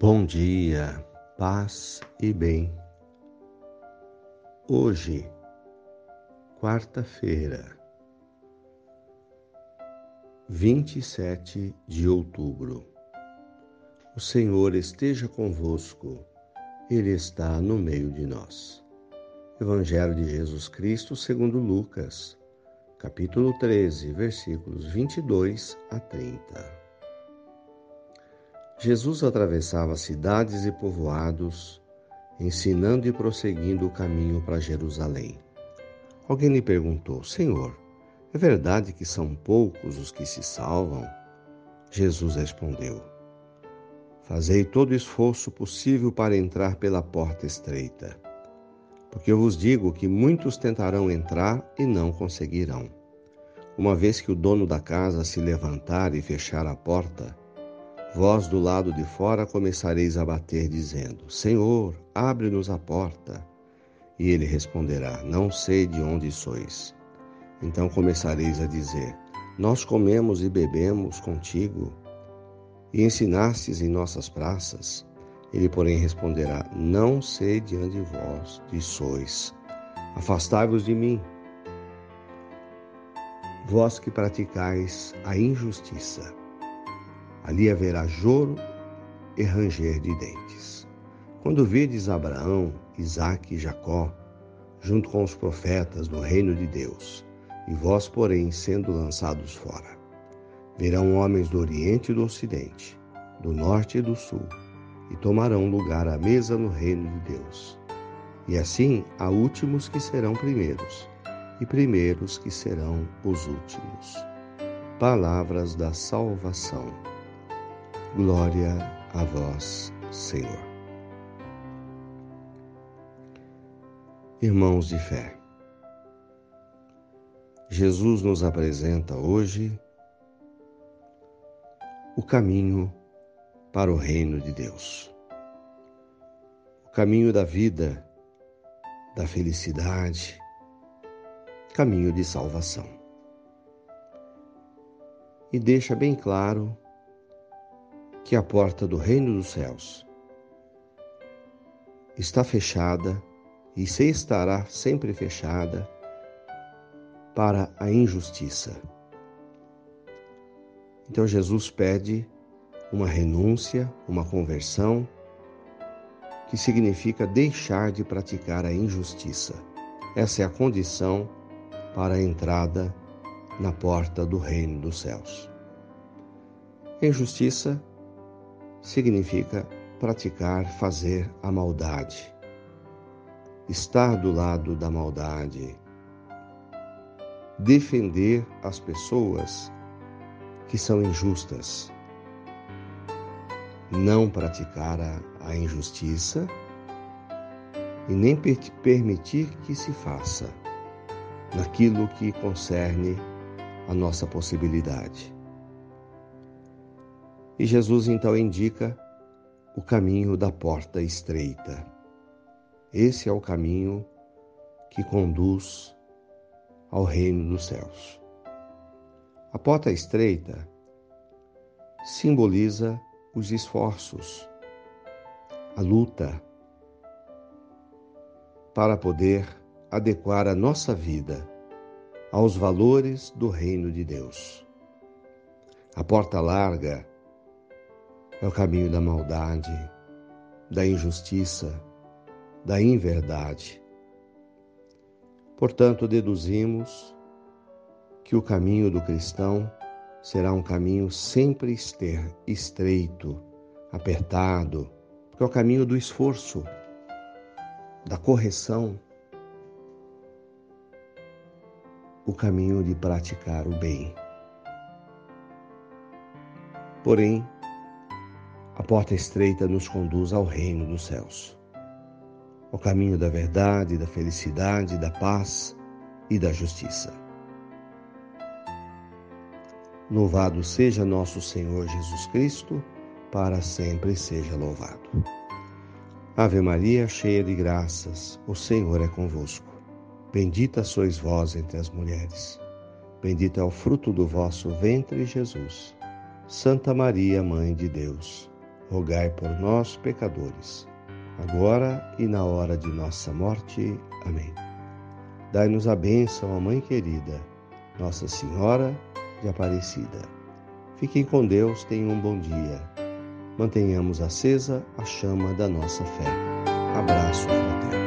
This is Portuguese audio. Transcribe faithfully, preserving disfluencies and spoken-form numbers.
Bom dia, paz e bem. Hoje, quarta-feira, vinte e sete de outubro. O Senhor esteja convosco, Ele está no meio de nós. Evangelho de Jesus Cristo segundo Lucas, capítulo treze, versículos vinte e dois a trinta. Jesus atravessava cidades e povoados, ensinando e prosseguindo o caminho para Jerusalém. Alguém lhe perguntou: Senhor, é verdade que são poucos os que se salvam? Jesus respondeu: Fazei todo o esforço possível para entrar pela porta estreita, porque eu vos digo que muitos tentarão entrar e não conseguirão. Uma vez que o dono da casa se levantar e fechar a porta, vós do lado de fora começareis a bater, dizendo: Senhor, abre-nos a porta. E ele responderá: Não sei de onde sois. Então começareis a dizer: Nós comemos e bebemos contigo, e ensinastes em nossas praças. Ele, porém, responderá: Não sei de onde vós sois. Afastai-vos de mim, vós que praticais a injustiça. Ali haverá choro e ranger de dentes. Quando virdes Abraão, Isaque e Jacó, junto com os profetas no reino de Deus, e vós, porém, sendo lançados fora, virão homens do Oriente e do Ocidente, do Norte e do Sul, e tomarão lugar à mesa no reino de Deus. E assim há últimos que serão primeiros, e primeiros que serão os últimos. Palavras da salvação. Glória a vós, Senhor. Irmãos de fé, Jesus nos apresenta hoje o caminho para o reino de Deus. O caminho da vida, da felicidade, caminho de salvação. E deixa bem claro que a porta do reino dos céus está fechada e se estará sempre fechada para a injustiça. Então Jesus pede uma renúncia, uma conversão, que significa deixar de praticar a injustiça. Essa é a condição para a entrada na porta do reino dos céus. Injustiça significa praticar, fazer a maldade, estar do lado da maldade, defender as pessoas que são injustas, não praticar a, a injustiça e nem per- permitir que se faça naquilo que concerne a nossa possibilidade. E Jesus então indica o caminho da porta estreita. Esse é o caminho que conduz ao reino dos céus. A porta estreita simboliza os esforços, a luta para poder adequar a nossa vida aos valores do reino de Deus. A porta larga é o caminho da maldade, da injustiça, da inverdade. Portanto, deduzimos que o caminho do cristão será um caminho sempre estreito, apertado, porque é o caminho do esforço, da correção, o caminho de praticar o bem. Porém, a porta estreita nos conduz ao reino dos céus, ao caminho da verdade, da felicidade, da paz e da justiça. Louvado seja nosso Senhor Jesus Cristo, para sempre seja louvado. Ave Maria, cheia de graças, o Senhor é convosco. Bendita sois vós entre as mulheres. Bendito é o fruto do vosso ventre, Jesus. Santa Maria, Mãe de Deus, rogai por nós, pecadores, agora e na hora de nossa morte. Amém. Dai-nos a bênção, ó Mãe querida, Nossa Senhora de Aparecida. Fiquem com Deus, tenham um bom dia. Mantenhamos acesa a chama da nossa fé. Abraço fraterno.